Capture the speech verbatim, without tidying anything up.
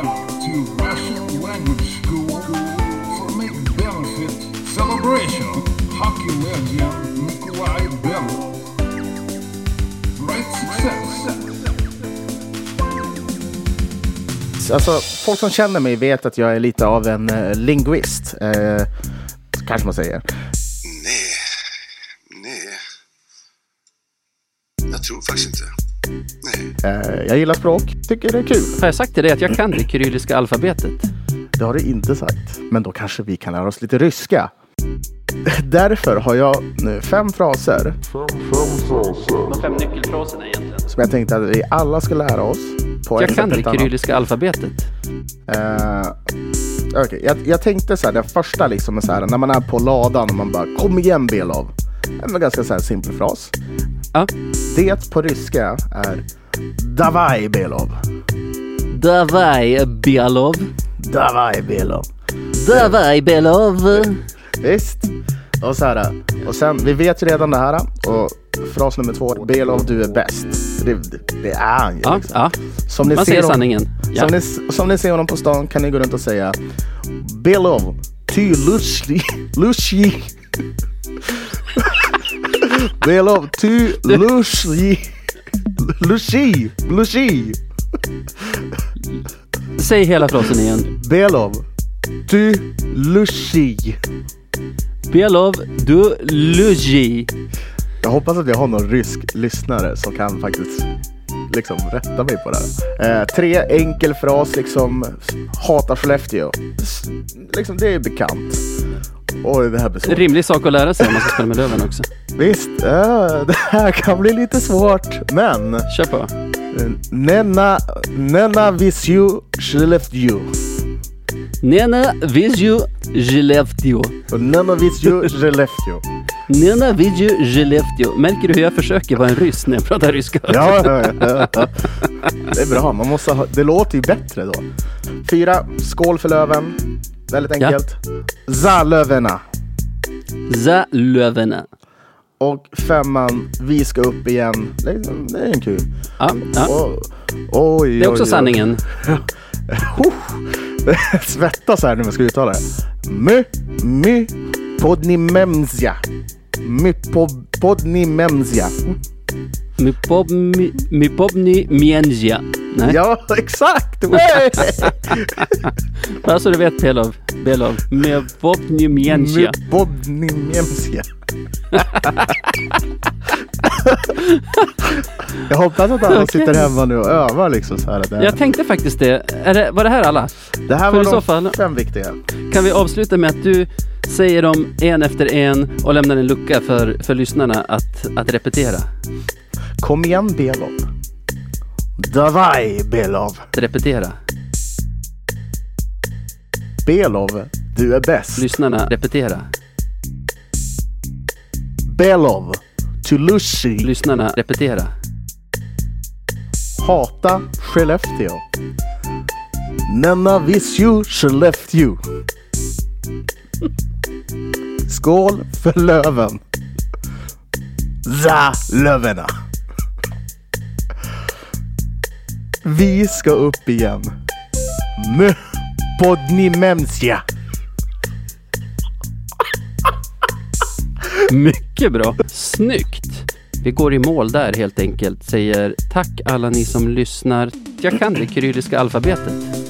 Welcome to Russian Language School for main benefit celebration. Hockey legend Nikolai Belov. Great success. Alltså, folk som känner mig vet att jag är lite av en uh, linguist. Uh, kanske man säger. Nej, nej. Jag tror faktiskt inte. Nej. Uh, jag gillar språk, tycker det är kul. Har jag sagt till dig att jag kan det kyrilliska alfabetet? Det har du inte sagt. Men då kanske vi kan lära oss lite ryska. Därför har jag nu fem fraser. Fem, fem fraser. De fem nyckelfraserna egentligen. Som jag tänkte att vi alla ska lära oss. På Jag kan det kyrilliska alfabetet. Uh, Okej, okay. jag, jag tänkte så här, det första liksom är så här, när man är på ladan och man bara, kom igen Belov. En ganska så här simpel fras. Ja. Det på ryska är Davai Belov. Davai Belov. Davai Belov. Davai Belov. Visst. Och så här, och sen, vi vet ju redan det här. Och fras nummer två, Belov, du är bäst. Det, det, det är han ju Ja, liksom. ja. Som ni Man ser säger honom, sanningen. Ja. som, ni, som ni ser honom på stan kan ni gå runt och säga Belov, ty lushi, lushi. Belov, ty lushi, lushi, lushi. Säg hela frasen igen. Belov, ty lushi. Belov, du luji. Jag hoppas att jag har någon rysk lyssnare som kan faktiskt liksom rätta mig på det här. Eh, tre enkel fras, liksom hatar Skellefteå. S- Liksom det är bekant. Oj, det här blir svårt. Rimlig sak att lära sig om man ska spela med Löven också. Visst, äh, det här kan bli lite svårt. Men Kör på. eh, Nena, Nena Visju Skellefteå. Nena Visju Skellefteå. Nena Visju Skellefteå. Nena Visju Skellefteå. Märker du hur jag försöker vara en ryss när jag pratar ryska? Ja, ja, ja, ja. Det är bra, man måste ha, det låter ju bättre då. Fyra, skål för Löven. Väldigt enkelt. Ja. Za Löverna. Za Löverna. Och femman, vi ska upp igen. Det är, det är en kul. Ja, ja. Och, oj, Det är också oj, oj. sanningen. Svettas här nu när jag ska uttala det. My, my, podnimemzia. My, pod, podnimemzia. Mi pobni, mi pobni międzia. Nej. Ja, exakt. Bara så du vet, Belov. Belov. Mi pobni międzia. My, podnimemzia. Jag hoppas att alla Okay. sitter hemma nu och övar liksom så här. Det, Jag tänkte faktiskt det. Är det var det här alla? det här för var i så de fall- fem viktiga. Kan vi avsluta med att du säger dem en efter en och lämnar en lucka för, för lyssnarna att, att repetera? Kom igen Belov. Davai Belov. Att repetera. Belov, du är bäst. Lyssnarna repetera. Belov, Tulushi. Lyssnarna repetera. Hata Skellefteå. Nena Visju Skellefteå. Skål för Löven. Za Löverna. Vi ska upp igen. My podnimemzia. Mycket bra. Snyggt. Vi går i mål där helt enkelt. Säger tack alla ni som lyssnar. Jag kan det kyrilliska alfabetet.